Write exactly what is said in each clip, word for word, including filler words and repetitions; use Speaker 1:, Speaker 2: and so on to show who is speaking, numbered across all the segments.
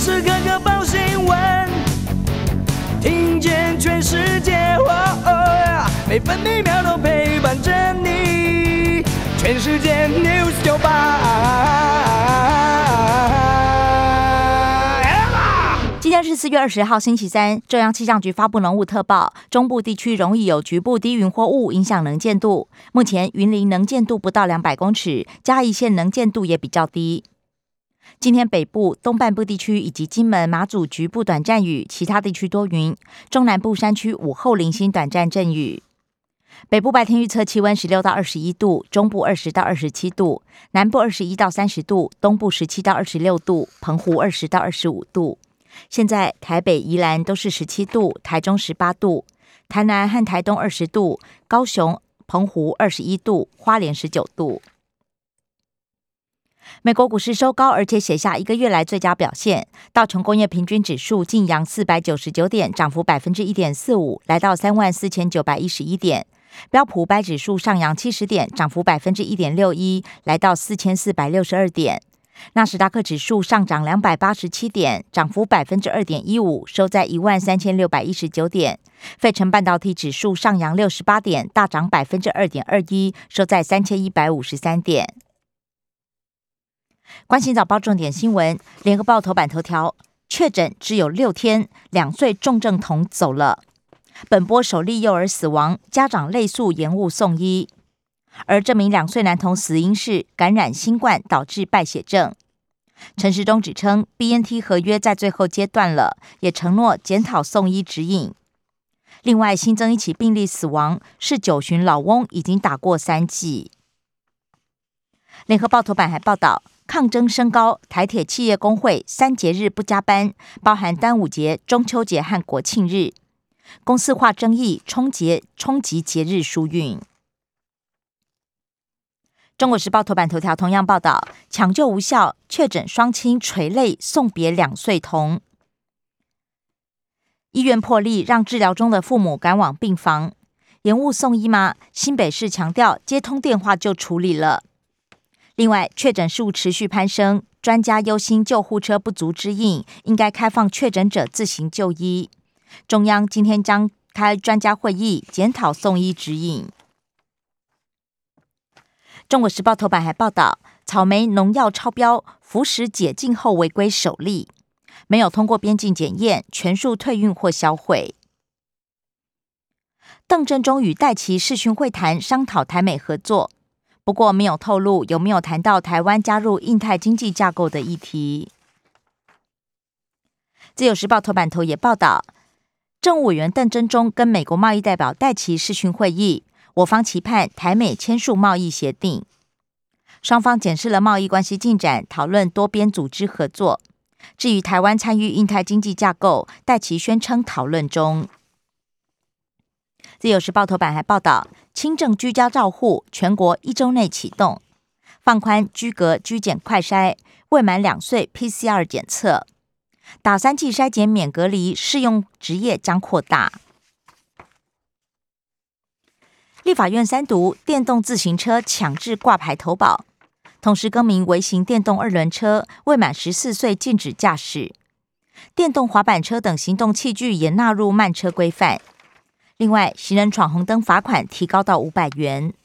Speaker 1: 时刻刻报新闻，听见全世界，哦哦，每分每秒都陪伴着你。全世界 News 九八。
Speaker 2: 今天是四月二十号，星期三。中央气象局发布浓雾特报，中部地区容易有局部低云或雾影响能见度。目前云林能见度不到两百公尺，嘉义县能见度也比较低。今天北部、东半部地区以及金门、马祖局部短暂雨，其他地区多云。中南部山区午后零星短暂阵雨。北部白天预测气温十六到二十一度，中部二十到二十七度，南部二十一到三十度，东部十七到二十六度，澎湖二十到二十五度。现在台北、宜兰都是十七度，台中十八度，台南和台东二十度，高雄、澎湖二十一度，花莲十九度。美国股市收高，而且写下一个月来最佳表现。道琼工业平均指数晋扬四百九十九点，涨幅百分之一点四五，来到三万四千九百一十一点。标普五百指数上扬七十点，涨幅百分之一点六一，来到四千四百六十二点。纳斯达克指数上涨两百八十七点，涨幅百分之二点一五，收在一万三千六百一十九点。费城半导体指数上扬六十八点，大涨百分之二点二一，收在三千一百五十三点。关心早报重点新闻，联合报头版头条：确诊只有六天，两岁重症童走了。本波首例幼儿死亡，家长类诉延误送医。而这名两岁男童死因是感染新冠导致败血症。陈时中指称 B N T 合约在最后阶段了，也承诺检讨送医指引。另外新增一起病例死亡，是九旬老翁已经打过三剂。联合报头版还报道，抗争升高，台铁企业工会三节日不加班，包含端午节、中秋节和国庆日。公司化争议冲击冲击节日疏运。中国时报头版头条同样报道，抢救无效，确诊双亲垂泪送别两岁童。医院破例让治疗中的父母赶往病房，延误送医吗？新北市强调接通电话就处理了。另外，确诊数持续攀升，专家忧心救护车不足之应，应该开放确诊者自行就医。中央今天将开专家会议，检讨送医指引。中国时报头版还报道，草莓农药超标，福食解禁后违规首例，没有通过边境检验，全数退运或销毁。邓正中与戴琪视讯会谈，商讨台美合作，不过没有透露有没有谈到台湾加入印太经济架构的议题。自由时报头版头也报道，政务委员邓正中跟美国贸易代表戴琪视讯会议，我方期盼台美签署贸易协定。双方检视了贸易关系进展，讨论多边组织合作。至于台湾参与印太经济架构，戴琪宣称讨论中。自由时报头版还报道，轻症居家照护全国一周内启动，放宽居隔居检快筛，未满两岁 P C R 检测，打三剂筛检免隔离，适用职业将扩大。立法院三读电动自行车强制挂牌投保，同时更名微型电动二轮车，未满十四岁禁止驾驶。电动滑板车等行动器具也纳入慢车规范。另外，行人闯红灯罚款提高到五百元。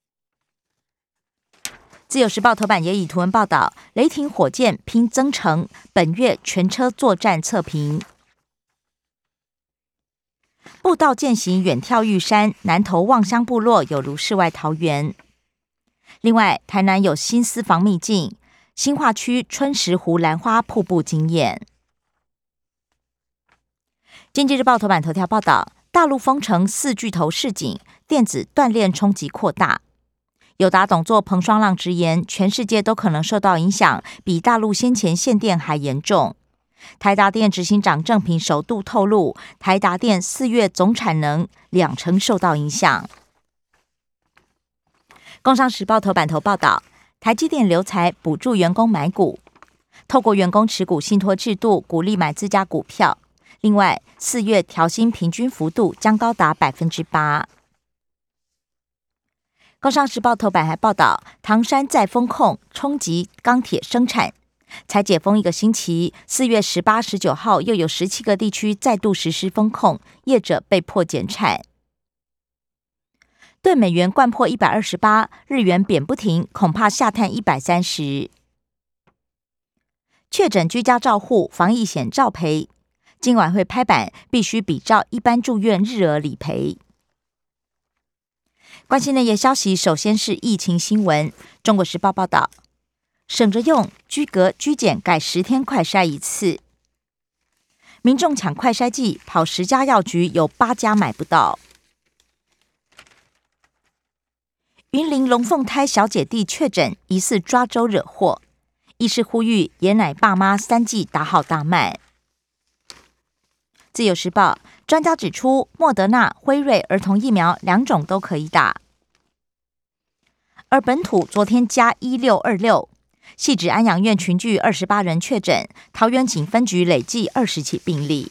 Speaker 2: 自由时报头版也以图文报道，雷霆火箭拼增程，本月全车作战测评。步道健行远眺玉山，南投望乡部落有如世外桃源。另外，台南有新私房秘境，新化区春石湖兰花瀑布惊艳。经济日报头版头条报道，大陆封城四巨头示警，电子断链冲击扩大。友达董座彭双浪直言，全世界都可能受到影响，比大陆先前限电还严重。台达电执行长郑平首度透露，台达电四月总产能两成受到影响。工商时报头版头报道，台积电留才补助员工买股，透过员工持股信托制度鼓励买自家股票。另外，四月调薪平均幅度将高达百分之八。工商时报头版还报道，唐山再封控冲击钢铁生产， 才解封一个星期，四月十八、十九号又有十七个地区再度实施封控，业者被迫减产。对美元掼破一百二十八，日元贬不停，恐怕下探一百三十。确诊居家照护，防疫险照赔。今晚会拍板，必须比照一般住院日额理赔。关心内页消息，首先是疫情新闻。中国时报报道，省着用，居隔居检改十天快筛一次。民众抢快筛剂，跑十家药局，有八家买不到。云林龙凤胎小姐弟确诊，疑似抓周惹祸。医师呼吁爷奶爸妈三剂打好大卖。自由时报专家指出，莫德纳、辉瑞儿童疫苗两种都可以打。而本土昨天加一六二六，汐止安养院群聚二十八人确诊，桃园警分局累计二十起病例。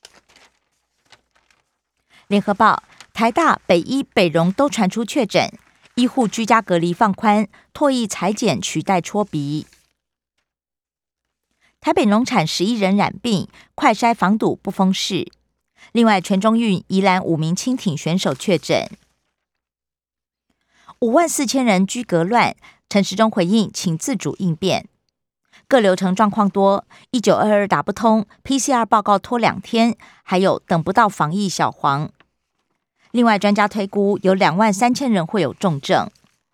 Speaker 2: 联合报台大、北医、北荣都传出确诊，医护居家隔离放宽，唾液采检取代戳鼻。台北农产十一人染病，快筛防堵不封市。另外，全中运宜兰五名轻艇选手确诊。五万四千人居隔乱，陈时中回应，请自主应变。各流程状况多，一九二二打不通 ，P C R 报告拖两天，还有等不到防疫小黄。另外，专家推估有两万三千人会有重症。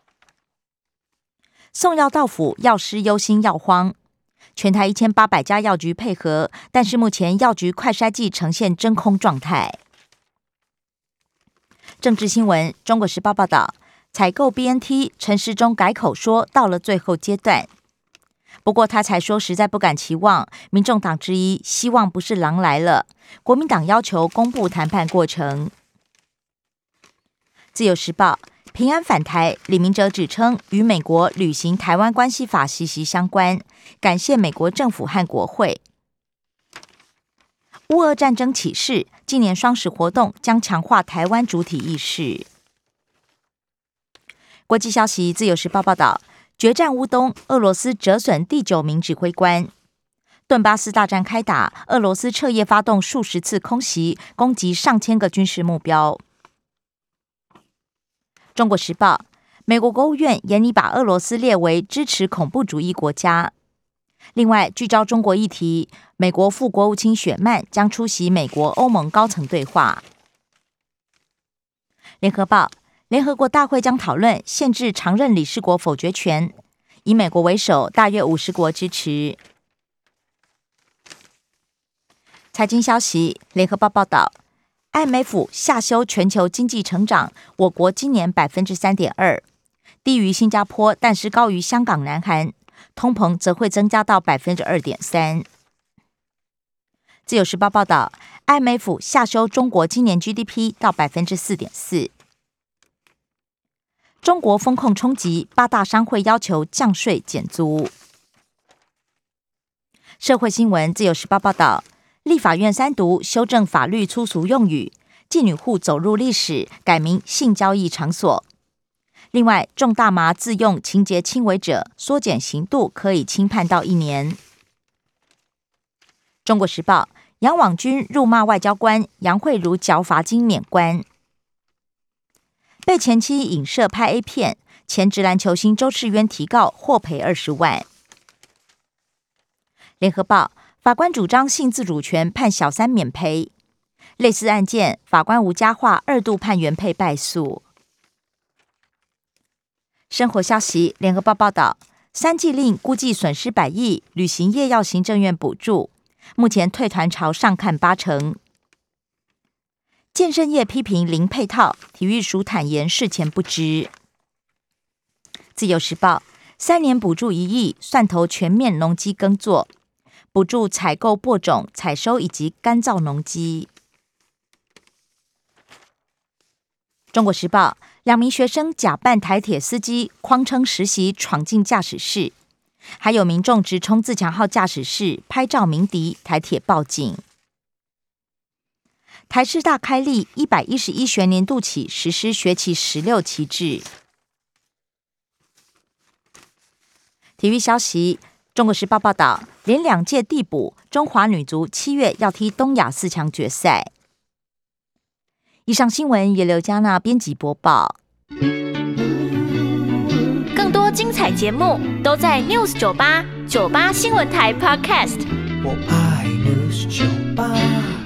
Speaker 2: 送药到府，药师忧心药荒。全台一千八百家药局配合，但是目前药局快筛剂呈现真空状态。政治新闻，中国时报报道，采购 B N T， 陈时中改口说到了最后阶段。不过他才说实在不敢期望，民众党质疑希望不是狼来了，国民党要求公布谈判过程。自由时报平安返台，李明哲指称与美国履行台湾关系法息息相关，感谢美国政府和国会。乌俄战争启示，今年双十活动将强化台湾主体意识。国际消息，自由时报报道，决战乌东，俄罗斯折损第九名指挥官。顿巴斯大战开打，俄罗斯彻夜发动数十次空袭，攻击上千个军事目标。中国时报，美国国务院严拟把俄罗斯列为支持恐怖主义国家。另外，聚焦中国议题，美国副国务卿雪曼将出席美国欧盟高层对话。联合报，联合国大会将讨论限制常任理事国否决权，以美国为首，大约五十国支持。财经消息，联合报报道。I M F 下修全球经济成长，我国今年 百分之三点二， 低于新加坡，但是高于香港、南韩，通膨则会增加到 百分之二点三。自由时报报道 ，I M F 下修中国今年 G D P 到 百分之四点四。中国风控冲击，八大商会要求降税减租。社会新闻，自由时报报道。立法院三读修正法律粗俗用语，妓女户走入历史，改名性交易场所。另外，重大麻自用情节轻微者，缩减刑度，可以轻判到一年。中国时报，杨网军辱骂外交官，杨慧如缴罚金免官。被前妻影射拍 A 片，前职篮球星周世渊提告，获赔二十万。联合报。法官主张性自主权，判小三免赔。类似案件，法官吴家化二度判原配败诉。生活消息，联合报报道，三季令估计损失百亿，旅行业要行政院补助，目前退团潮上看八成。健身业批评零配套，体育署坦言事前不知。自由时报，三年补助一亿，蒜头全面农机耕作。补助采购播种、采收以及干燥农机。中国时报，两名学生假扮台铁司机，谎称实习闯进驾驶室，还有民众直冲自强号驾驶室拍照鸣笛，台铁报警。台师大开立一百一十一学年度起实施学期十六期制。体育消息。 中国时报报道，连两届递补，中华女足七月要踢东亚四强决赛。以上新闻由刘嘉娜编辑播报。
Speaker 3: 更多精彩节目都在 News 九八九八新闻台 Podcast。
Speaker 1: 我爱 News 九八。